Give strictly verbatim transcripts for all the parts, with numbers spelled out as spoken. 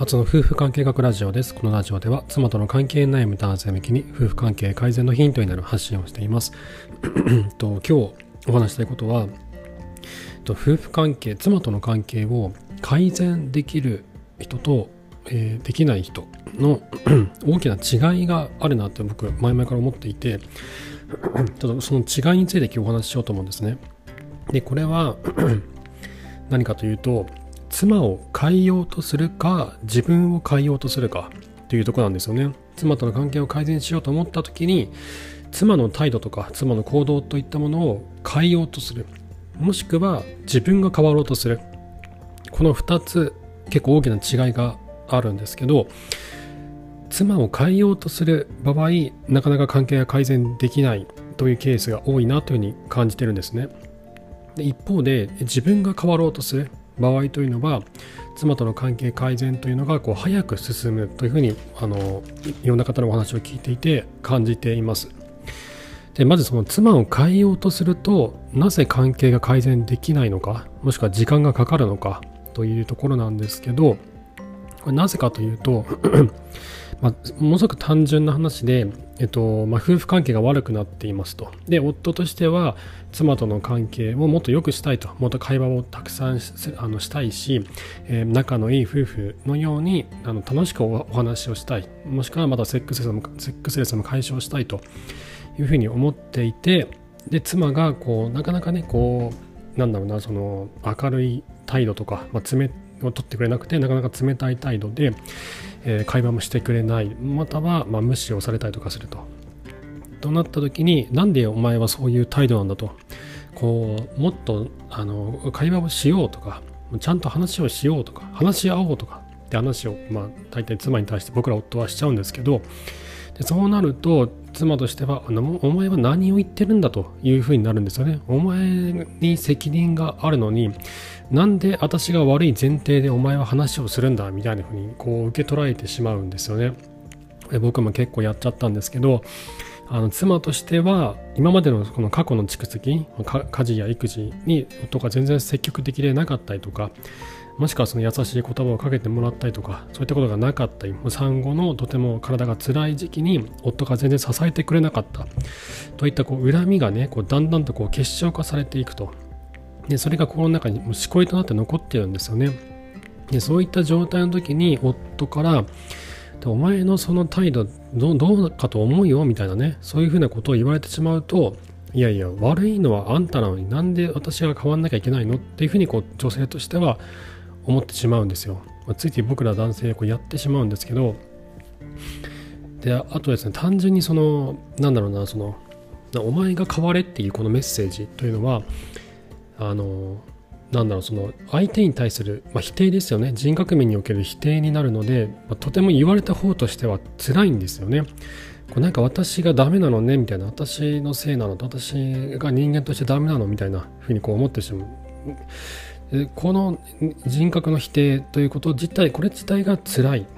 初の夫婦関係学ラジオです。このラジオでは妻との関係悩む男性向けに夫婦関係改善のヒントになる発信をしています。と今日お話したいことは、と夫婦関係、妻との関係を改善できる人と、えー、できない人の大きな違いがあるなって僕前々から思っていて、ちょっとその違いについて今日お話ししようと思うんですね。で、これは何かというと、妻を変えようとするか自分を変えようとするかというところなんですよね。妻との関係を改善しようと思った時に、妻の態度とか妻の行動といったものを変えようとする、もしくは自分が変わろうとする、このふたつ結構大きな違いがあるんですけど、妻を変えようとする場合、なかなか関係が改善できないというケースが多いなというふうに感じてるんですね。で、一方で自分が変わろうとする場合というのは、妻との関係改善というのがこう早く進むというふうにあのいろんな方のお話を聞いていて感じています。で、まずその妻を変えようとすると、なぜ関係が改善できないのか、もしくは時間がかかるのかというところなんですけど、これなぜかというとまあ、ものすごく単純な話で、えっとまあ、夫婦関係が悪くなっていますと。で、夫としては妻との関係をもっと良くしたいと、もっと会話をたくさん し, あのしたいし、えー、仲のいい夫婦のようにあの楽しく お, お話をしたい、もしくはまたセックスレスもセックスレスも解消したいというふうに思っていて、で、妻がこうなかなかね、こうなんだろうな、その明るい態度とか、まあ、冷を取ってくれなくて、なかなか冷たい態度で、えー、会話もしてくれない、または、まあ、無視をされたりとかするととなった時に、なんでお前はそういう態度なんだと、こうもっとあの会話をしようとか、ちゃんと話をしようとか、話し合おうとかって話を、まあ、大体妻に対して僕ら夫はしちゃうんですけど、でそうなると妻としては、お前は何を言ってるんだというふうになるんですよね。お前に責任があるのに、なんで私が悪い前提でお前は話をするんだみたいなふうにこう受け取られてしまうんですよね。で、僕も結構やっちゃったんですけど、あの妻としては今までのこの過去の蓄積、家事や育児に夫が全然積極的でなかったりとか、もしくはその優しい言葉をかけてもらったりとか、そういったことがなかったり、産後のとても体が辛い時期に夫が全然支えてくれなかったといったこう恨みがね、こうだんだんとこう結晶化されていくと。で、それが心の中にもうしこりとなって残っているんですよね。で、そういった状態の時に夫からお前のその態度 ど, どうかと思うよみたいなね、そういうふうなことを言われてしまうと、いやいや悪いのはあんたなのになんで私が変わんなきゃいけないのっていうふうにこう女性としては思ってしまうんですよ。まあ、ついつい僕ら男性こうやってしまうんですけど、で、あとですね、単純にそのなんだろうな、そのお前が変われっていうこのメッセージというのは、あのなんだろう、その相手に対する、まあ、否定ですよね。人格面における否定になるので、まあ、とても言われた方としては辛いんですよね。こうなんか私がダメなのねみたいな、私のせいなのと、私が人間としてダメなのみたいなふうにこう思ってしまう。この人格の否定ということ自体、これ自体が辛い。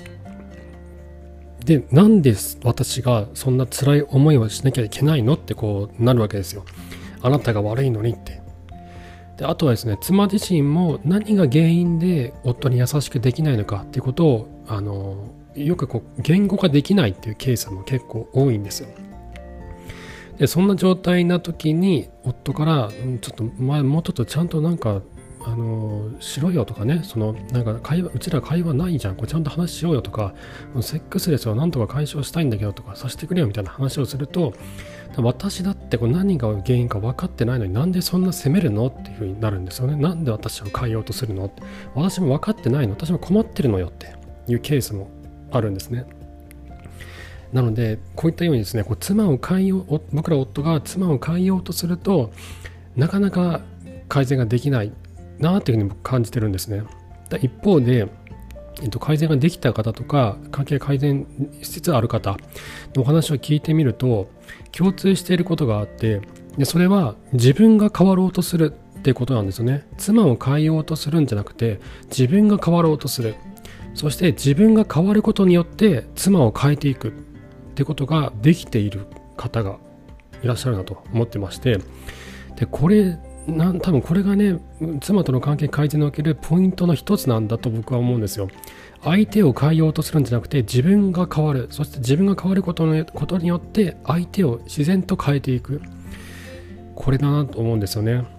で、なんで私がそんな辛い思いをしなきゃいけないのってこうなるわけですよ。あなたが悪いのにって。で、あとはですね、妻自身も何が原因で夫に優しくできないのかっていうことをあのよくこう言語化できないっていうケースも結構多いんですよ。で、そんな状態な時に夫からちょっと前もうちょっとちゃんとなんかあのしろよとかね、そのなんか会話、うちら会話ないじゃん、これちゃんと話しようよとか、セックスレスをなんとか解消したいんだけどとかさせてくれよみたいな話をすると、私だってこれ何が原因か分かってないのになんでそんな責めるのっていう風になるんですよね。なんで私を変えようとするのって、私も分かってないの、私も困ってるのよっていうケースもあるんですね。なのでこういったようにですね、こう妻を変えよう、僕ら夫が妻を変えようとするとなかなか改善ができないなというふうに感じてるんですね。一方で、えっと、改善ができた方とか関係改善しつつある方のお話を聞いてみると、共通していることがあって、でそれは自分が変わろうとするっていうことなんですよね。妻を変えようとするんじゃなくて、自分が変わろうとする、そして自分が変わることによって妻を変えていくってことができている方がいらっしゃるなと思ってまして、でこれな多分これがね、妻との関係改善におけるポイントの一つなんだと僕は思うんですよ。 相手を変えようとするんじゃなくて自分が変わる、そして自分が変わることのことによって相手を自然と変えていく、これだなと思うんですよね。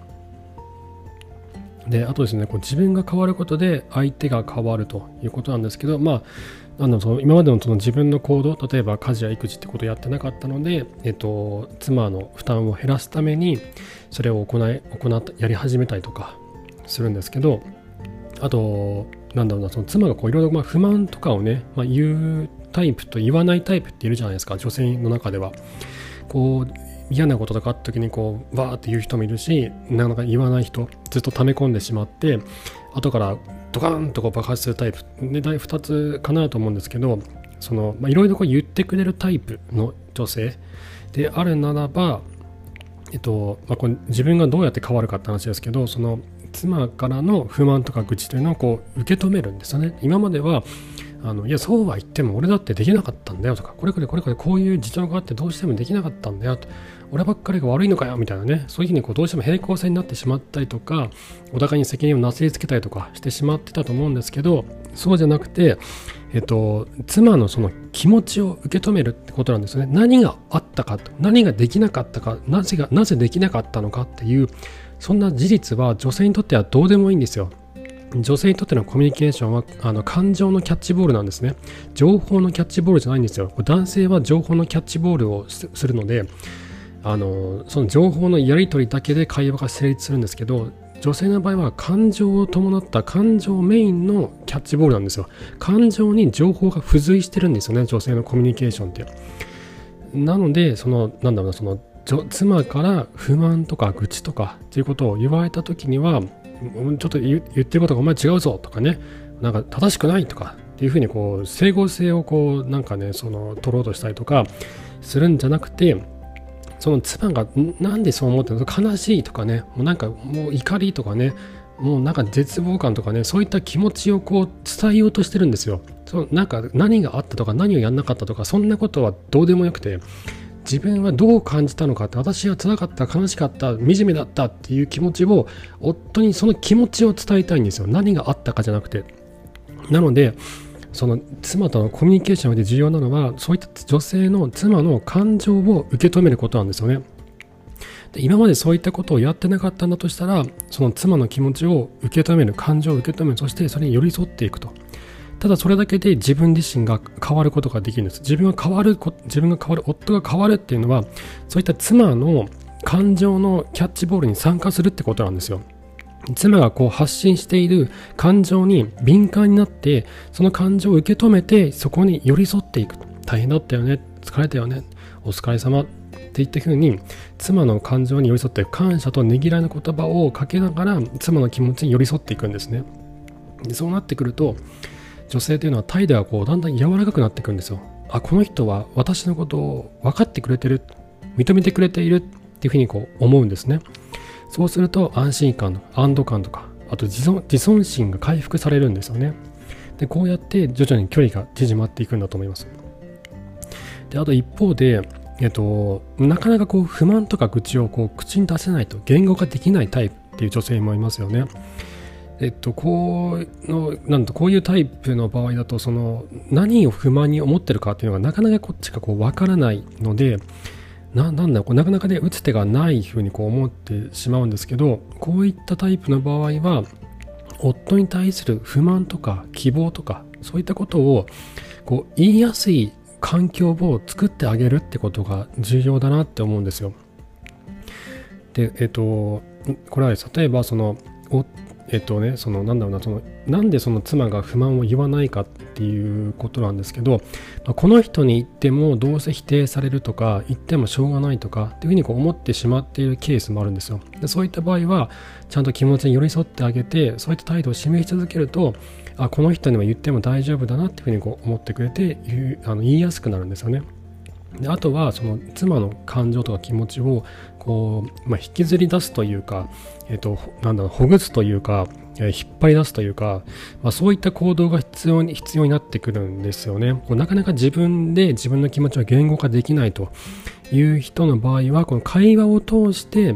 であとですね、こう自分が変わることで相手が変わるということなんですけど、まあなんだその今までのその自分の行動、例えば家事や育児ってことをやってなかったので、えっと、妻の負担を減らすためにそれを行い行ったやり始めたりとかするんですけど、あとなんだろうな、その妻がこういろいろまあ不満とかをね、まあ、言うタイプと言わないタイプっているじゃないですか、女性の中では。こう嫌なこととかあった時にこうバーって言う人もいるし、なかなか言わない人、ずっと溜め込んでしまって後からドカーンとこう爆発するタイプでだいふたつかなと思うんですけど、そのいろいろ言ってくれるタイプの女性であるならば、えっとまあ、これ自分がどうやって変わるかって話ですけど、その妻からの不満とか愚痴というのをこう受け止めるんですよね。今まではあのいやそうは言っても俺だってできなかったんだよとか、これこれこれこれこういう事情があってどうしてもできなかったんだよと、俺ばっかりが悪いのかよみたいなね、そういうふうにこうどうしても平行線になってしまったりとか、お互いに責任をなすりつけたりとかしてしまってたと思うんですけど、そうじゃなくて、えっと、妻のその気持ちを受け止めるってことなんですよね。何があったかと、何ができなかったか、なぜがなぜできなかったのかっていう、そんな事実は女性にとってはどうでもいいんですよ。女性にとってのコミュニケーションはあの感情のキャッチボールなんですね。情報のキャッチボールじゃないんですよ。男性は情報のキャッチボールをするので、あのその情報のやり取りだけで会話が成立するんですけど、女性の場合は感情を伴った感情メインのキャッチボールなんですよ。感情に情報が付随してるんですよね、女性のコミュニケーションって。なのでそのなんだろうな、その妻から不満とか愚痴とかっていうことを言われた時には、ちょっと言ってることがお前違うぞとかね、なんか正しくないとかっていうふうにこう整合性をこうなんかね、その取ろうとしたりとかするんじゃなくて、その妻がなんでそう思ってるの、悲しいとかね、もうなんかもう怒りとかね、もうなんか絶望感とかね、そういった気持ちをこう伝えようとしてるんですよ。そうなんか何があったとか何をやんなかったとか、そんなことはどうでもよくて、自分はどう感じたのかって、私は辛かった、悲しかった、惨めだったっていう気持ちを夫にその気持ちを伝えたいんですよ。何があったかじゃなくて。なのでその妻とのコミュニケーションで重要なのは、そういった女性の妻の感情を受け止めることなんですよね。で今までそういったことをやってなかったんだとしたら、その妻の気持ちを受け止める、感情を受け止める、そしてそれに寄り添っていくと。ただそれだけで自分自身が変わることができるんです。自分が変わる、自分が変わる、夫が変わるっていうのは、そういった妻の感情のキャッチボールに参加するってことなんですよ。妻がこう発信している感情に敏感になって、その感情を受け止めて、そこに寄り添っていく。大変だったよね、疲れたよね、お疲れ様っていった風に、妻の感情に寄り添って感謝とねぎらいの言葉をかけながら妻の気持ちに寄り添っていくんですね。でそうなってくると、女性というのは態度がこうだんだん柔らかくなっていくんですよ。あ、この人は私のことを分かってくれてる、認めてくれているっていうふうにこう思うんですね。そうすると安心感、安堵感とか、あと自尊、自尊心が回復されるんですよね。でこうやって徐々に距離が縮まっていくんだと思います。であと一方で、えっと、なかなかこう不満とか愚痴をこう口に出せないと、言語化できないタイプっていう女性もいますよね。えっと、こうのなんとこういうタイプの場合だと、その何を不満に思ってるかっていうのがなかなかこっちがこう分からないので、な, なんだこうなかなかね打つ手がないふうにこう思ってしまうんですけど、こういったタイプの場合は夫に対する不満とか希望とか、そういったことをこう言いやすい環境を作ってあげるってことが重要だなって思うんですよ。でえっとこれは例えばそのおえっとね、そのなんだろうな、そのなんでその妻が不満を言わないかっていうことなんですけど、まあ、この人に言ってもどうせ否定されるとか、言ってもしょうがないとかっていうふうにこう思ってしまっているケースもあるんですよ。でそういった場合はちゃんと気持ちに寄り添ってあげて、そういった態度を示し続けると、あ、この人には言っても大丈夫だなっていうふうにこう思ってくれて言う、あの言いやすくなるんですよね。であとはその妻の感情とか気持ちをこう、まあ、引きずり出すというか、えっと、なんだろう、ほぐすというか、えー、引っ張り出すというか、まあ、そういった行動が必要に必要になってくるんですよね。こうなかなか自分で自分の気持ちを言語化できないという人の場合は、この会話を通して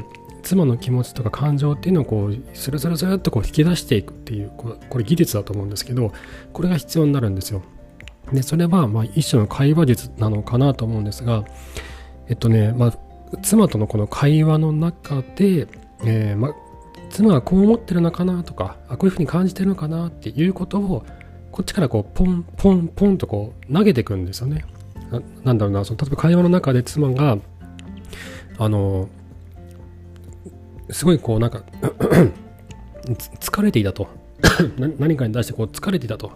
妻の気持ちとか感情っていうのをこうスルスルスルっとこう引き出していくっていう、これ、これ技術だと思うんですけど、これが必要になるんですよ。でそれはまあ一種の会話術なのかなと思うんですが、えっとねまあ妻とのこの会話の中で、えーまあ、妻がこう思ってるのかなとか、あこういうふうに感じてるのかなっていうことをこっちからこうポンポンポンとこう投げていくんですよね。な, なんだろうなその例えば会話の中で妻があのすごいこうなんか疲れていたと何かに対してこう疲れていたと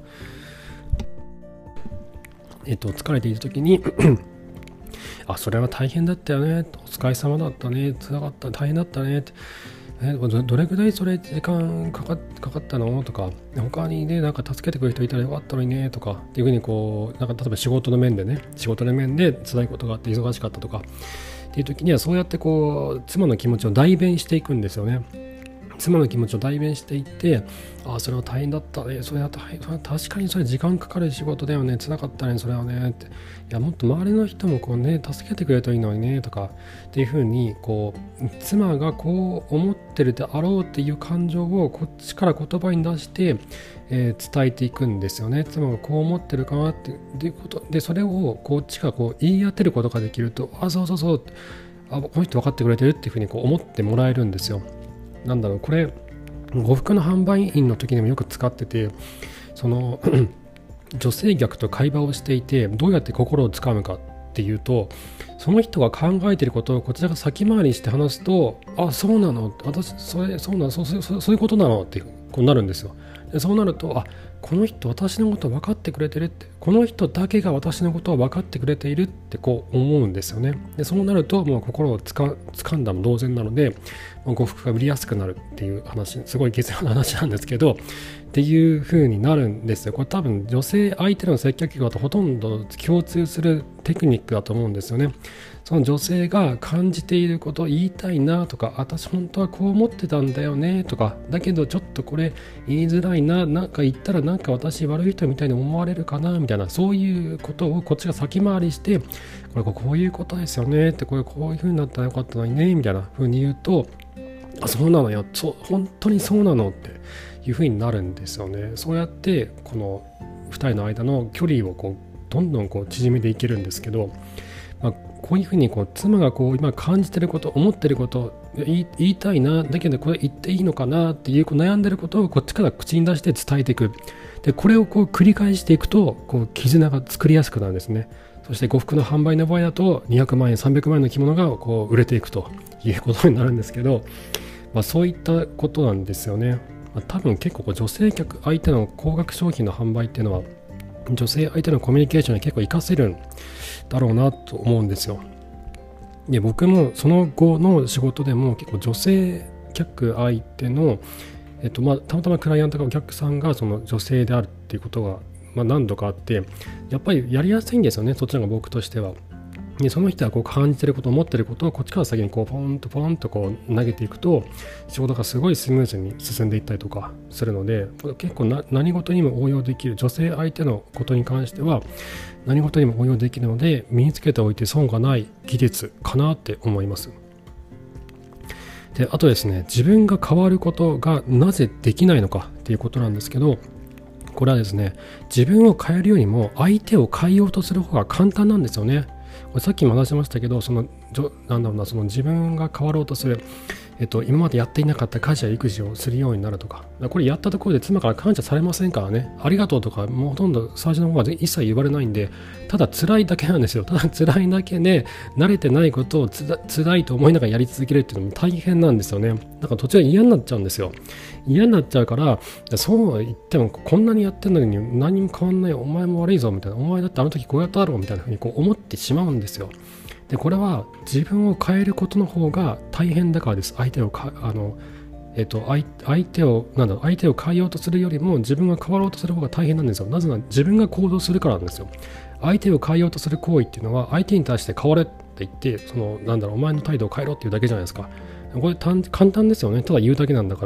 えっと疲れているときにあそれは大変だったよね、お疲れ様だったね、つらかった、大変だったねって、えど, どれぐらいそれ時間か か, かかったのとか、他にねなんか助けてくれる人いたらよかったのにねとかっていうふうにこうなんか例えば仕事の面でね仕事の面で辛いことがあって忙しかったとかっていう時にはそうやってこう妻の気持ちを代弁していくんですよね。妻の気持ちを代弁していって、ああそれは大変だったね、それは大変、確かにそれ時間かかる仕事だよね、辛かったねそれはねって、いやもっと周りの人もこうね助けてくれるといいのにねとかっていう風にこう妻がこう思ってるであろうっていう感情をこっちから言葉に出して、えー、伝えていくんですよね。妻がこう思ってるかなっていうことで、それをこっちがこう言い当てることができると、あそうそうそう、あこの人分かってくれてるっていう風にこう思ってもらえるんですよ。なんだろうこれ呉服の販売員の時にもよく使ってて、その女性客と会話をしていてどうやって心をつかむかっていうと、その人が考えていることをこちらが先回りして話すと、あそうなの、私それそうなの、そうそうそうそういうことなのってこうなるんですよ。でそうなると、あこの人私のことを分かってくれてるって、この人だけが私のことを分かってくれているってこう思うんですよね。でそうなるともう心をつか掴んだも同然なので、呉服が売りやすくなるっていう話、すごい下世話な話なんですけどっていう風になるんですよ。これ多分女性相手の接客業とほとんど共通するテクニックだと思うんですよね。その女性が感じていることを言いたいなとか、私本当はこう思ってたんだよねとか、だけどちょっとこれ言いづらいな、なんか言ったらなんか私悪い人みたいに思われるかなみたいな、そういうことをこっちが先回りして、これこういうことですよねって、これこういう風になったらよかったのにねみたいな風に言うと、あそうなのよ、そう本当にそうなのっていう風になるんですよね。そうやってこのふたりの間の距離をこうどんどんこう縮めていけるんですけど、まあ、こういうふうにこう妻がこう今感じてること、思ってること、言い、言いたいな、だけどこれ言っていいのかなっていう、こう悩んでることをこっちから口に出して伝えていく。でこれをこう繰り返していくとこう絆が作りやすくなるんですね。そして呉服の販売の場合だとにひゃくまんえんさんびゃくまんえんの着物がこう売れていくということになるんですけど、まあ、そういったことなんですよね。まあ、多分結構こう女性客相手の高額商品の販売っていうのは女性相手のコミュニケーションに結構活かせるんだろうなと思うんですよ。で僕もその後の仕事でも結構女性客相手の、えっとまあ、たまたまクライアントがお客さんがその女性であるっていうことが、まあ、何度かあって、やっぱりやりやすいんですよね、そっちの方が僕としては。でその人はこう感じてること、思ってることをこっちから先にこうポンとポンとこう投げていくと仕事がすごいスムーズに進んでいったりとかするので、結構な何事にも応用できる、女性相手のことに関しては何事にも応用できるので、身につけておいて損がない技術かなって思います。であとですね、自分が変わることがなぜできないのかっていうことなんですけど、これはですね、自分を変えるよりも相手を変えようとする方が簡単なんですよね。これさっきも話しましたけど、そのなんだろうな、その自分が変わろうとする、えっと、今までやっていなかった家事や育児をするようになるとか、これやったところで妻から感謝されませんからね、ありがとうとかもうほとんど最初の方は一切言われないんで、ただ辛いだけなんですよ。ただ辛いだけで、慣れてないことをつら辛いと思いながらやり続けるっていうのも大変なんですよね。だから途中で嫌になっちゃうんですよ。嫌になっちゃうから、そう言ってもこんなにやってるのに何も変わんない、お前も悪いぞみたいな、お前だってあの時こうやっただろうみたいなふうにこう思ってしまうんですよ。でこれは自分を変えることの方が大変だからです。相手をかあの、えっと、相, 相手をなんだろう相手を変えようとするよりも自分が変わろうとする方が大変なんですよ。なぜなら自分が行動するからなんですよ。相手を変えようとする行為っていうのは相手に対して変われって言って、そのなんだろうお前の態度を変えろっていうだけじゃないですか。これ簡単ですよね。ただ言うだけなんだから。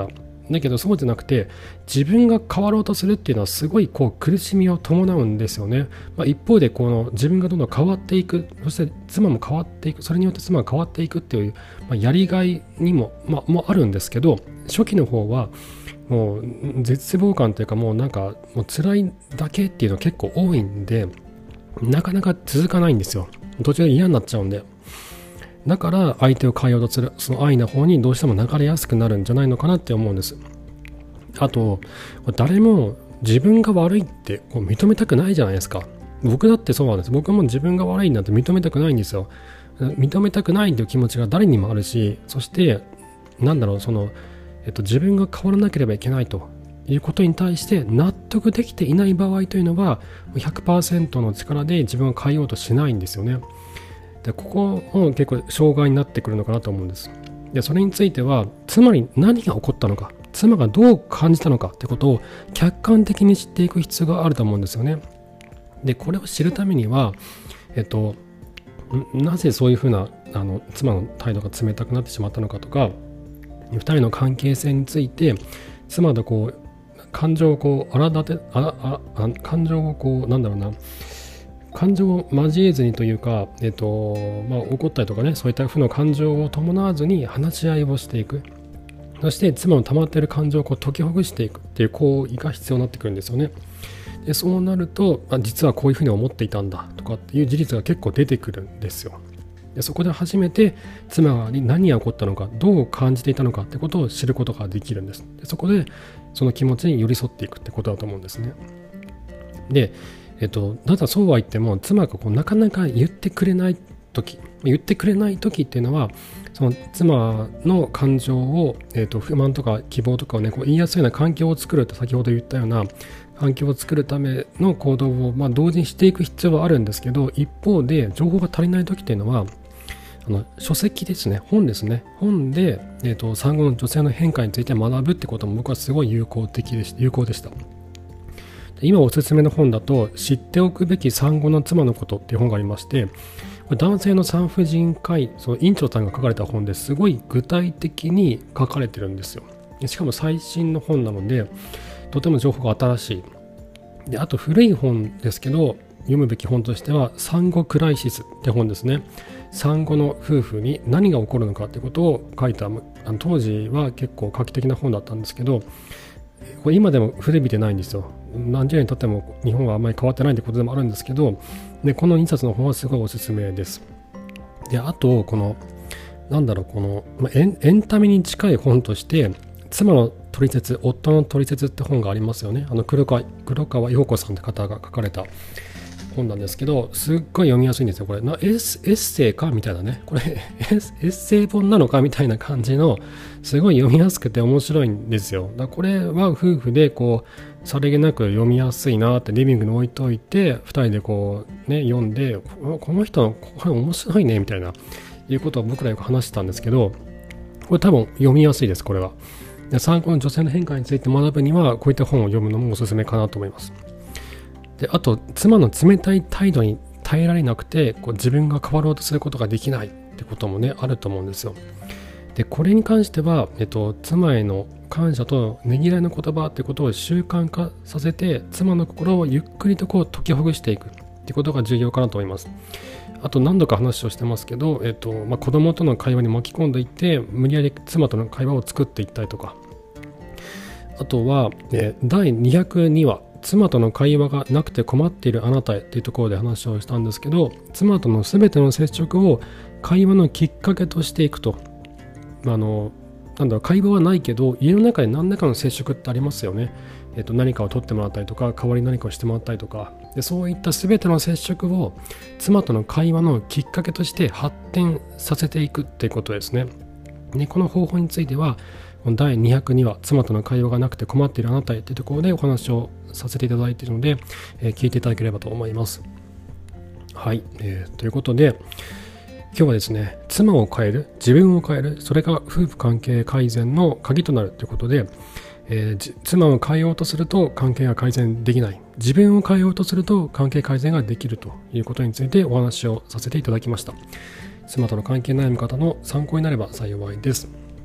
だけどそうじゃなくて、自分が変わろうとするっていうのはすごいこう苦しみを伴うんですよね。まあ、一方でこの自分がどんどん変わっていく、そして妻も変わっていく、それによって妻が変わっていくっていう、まあ、やりがいにも、まあ、もあるんですけど、初期の方はもう絶望感というか、もうなんかもう辛いだけっていうの結構多いんで、なかなか続かないんですよ。途中で嫌になっちゃうんで。だから相手を変えようとする、その愛の方にどうしても流れやすくなるんじゃないのかなって思うんです。あと、誰も自分が悪いってこう認めたくないじゃないですか。僕だってそうなんです。僕も自分が悪いなんて認めたくないんですよ。認めたくないっていう気持ちが誰にもあるし、そしてなんだろう、その、えっと、自分が変わらなければいけないということに対して納得できていない場合というのは ひゃくパーセント の力で自分を変えようとしないんですよね。で、ここも結構障害になってくるのかなと思うんです。で、それについては、つまり何が起こったのか、妻がどう感じたのかってことを客観的に知っていく必要があると思うんですよね。で、これを知るためには、えっと、なぜそういうふうなあの妻の態度が冷たくなってしまったのかとか、ふたりの関係性について、妻とこう、感情をこう、荒立て、あああ感情をこう、なんだろうな、感情を交えずにというか、えっとまあ、怒ったりとかね、そういった負の感情を伴わずに話し合いをしていく。そして妻の溜まっている感情をこう解きほぐしていくっていう行為が必要になってくるんですよね。で、そうなると、あ、実はこういうふうに思っていたんだとかっていう事実が結構出てくるんですよ。で、そこで初めて妻に何が起こったのか、どう感じていたのかってことを知ることができるんです。で、そこでその気持ちに寄り添っていくってことだと思うんですね。で、えっと、ただそうは言っても、妻がこうなかなか言ってくれないとき、言ってくれないときっていうのは、その妻の感情を、えっと、不満とか希望とかをね、こう言いやすいような環境を作ると、先ほど言ったような環境を作るための行動を、まあ、同時にしていく必要はあるんですけど、一方で情報が足りないときっていうのは、あの書籍ですね、本ですね、本で、えっと、産後の女性の変化について学ぶってことも僕はすごい有効的でし有効でした。今おすすめの本だと、知っておくべき産後の妻のことっていう本がありまして、これ男性の産婦人科医、その院長さんが書かれた本ですごい具体的に書かれてるんですよ。しかも最新の本なので、とても情報が新しい。で、あと古い本ですけど、読むべき本としては、産後クライシスって本ですね。産後の夫婦に何が起こるのかってことを書いた、あの当時は結構画期的な本だったんですけど、これ今でも古びてないんですよ。何十年経っても日本はあんまり変わってないってことでもあるんですけど、でこのにさつの本はすごいおすすめです。で、あとこのなんだろう、この、まあ、エン、エンタメに近い本として、妻の取説、夫の取説って本がありますよね。あの黒川黒川陽子さんって方が書かれた本なんですけど、すっごい読みやすいんですよ。これなエッ、エッセイかみたいなね、これエッセイ本なのかみたいな感じの、すごい読みやすくて面白いんですよ。だこれは夫婦でこうさりげなく読みやすいなってリビングに置いといて、ふたりでこうね読んで、この人のこれ面白いねみたいないうことを僕らよく話してたんですけど、これ多分読みやすいです。これはで、産後の女性の変化について学ぶにはこういった本を読むのもおすすめかなと思います。で、あと妻の冷たい態度に耐えられなくて、こう自分が変わろうとすることができないってこともねあると思うんですよ。で、これに関しては、えっと、妻への感謝とねぎらいの言葉ってことを習慣化させて、妻の心をゆっくりとこう解きほぐしていくってことが重要かなと思います。あと何度か話をしてますけど、えっとまあ、子供との会話に巻き込んでいって無理やり妻との会話を作っていったりとか、あとは、えだいにひゃくにわ妻との会話がなくて困っているあなたへっていうところで話をしたんですけど、妻とのすべての接触を会話のきっかけとしていくと、あのなんだろう、会話はないけど家の中で何らかの接触ってありますよね。えっと、何かを取ってもらったりとか、代わりに何かをしてもらったりとかで、そういったすべての接触を妻との会話のきっかけとして発展させていくっていうことですね。で、この方法についてはだいにひゃくにわ妻との会話がなくて困っているあなたへというところでお話をさせていただいているので、えー、聞いていただければと思います。はい、えー、ということで今日はですね、妻を変える、自分を変える、それが夫婦関係改善の鍵となるということで、えー、妻を変えようとすると関係が改善できない、自分を変えようとすると関係改善ができるということについてお話をさせていただきました。妻との関係悩む方の参考になれば幸いです。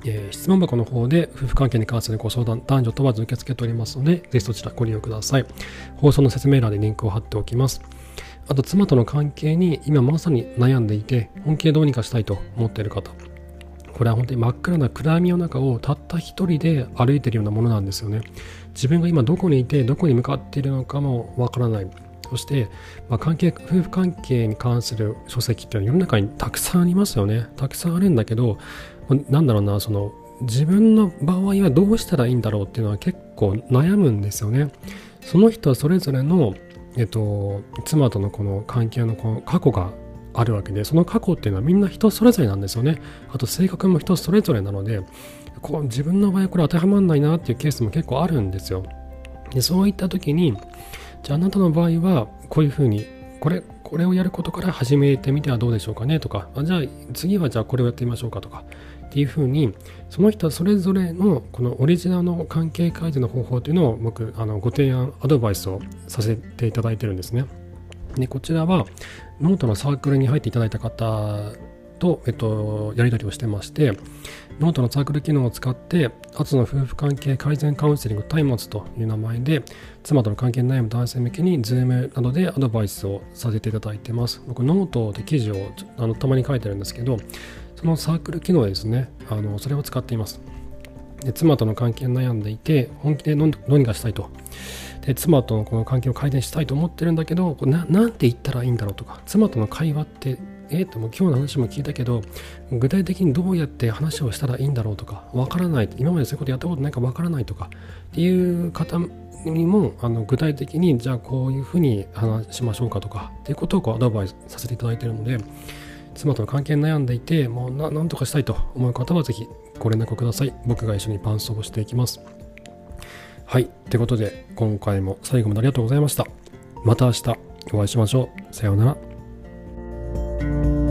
えー、質問箱の方で夫婦関係に関するご相談、男女問わず受け付けておりますので、ぜひそちらご利用ください。放送の説明欄でリンクを貼っておきます。あと、妻との関係に今まさに悩んでいて、本気でどうにかしたいと思っている方、これは本当に真っ暗な暗闇の中をたった一人で歩いているようなものなんですよね。自分が今どこにいてどこに向かっているのかもわからない。そして、まあ、関係夫婦関係に関する書籍っていうのは世の中にたくさんありますよね。たくさんあるんだけど、なんだろうな、その自分の場合はどうしたらいいんだろうっていうのは結構悩むんですよね。その人それぞれの、えっと、妻とのこの関係のこの過去があるわけで、その過去っていうのはみんな人それぞれなんですよね。あと性格も人それぞれなので、こう自分の場合これ当てはまらないなっていうケースも結構あるんですよ。でそういった時に、じゃああなたの場合はこういうふうにこれこれをやることから始めてみてはどうでしょうかねとか、あじゃあ次はじゃあこれをやってみましょうかとかっていうふうに、その人それぞれのこのオリジナルの関係改善の方法というのを僕あのご提案アドバイスをさせていただいてるんですね。でこちらはノートのサークルに入っていただいた方と、えっと、やり取りをしてまして、ノートのサークル機能を使ってアツの夫婦関係改善カウンセリングタイムアツという名前で妻との関係に悩む男性向けに Zoom などでアドバイスをさせていただいてます。僕ノートで記事をあのたまに書いてるんですけど、そのサークル機能ですね、あのそれを使っています。で妻との関係に悩んでいて本気でどうにかしたいと、で妻とのこの関係を改善したいと思ってるんだけど、な, なんて言ったらいいんだろうとか、妻との会話ってえー、ともう今日の話も聞いたけど具体的にどうやって話をしたらいいんだろうとかわからない、今までそういうことやったことないかわからないとかっていう方にもあの具体的にじゃあこういうふうに話しましょうかとかっていうことをこうアドバイスさせていただいているので、妻との関係に悩んでいてもう な, なんとかしたいと思う方はぜひご連絡ください。僕が一緒に伴走をしていきます。はい、ということで今回も最後までありがとうございました。また明日お会いしましょう。さようなら。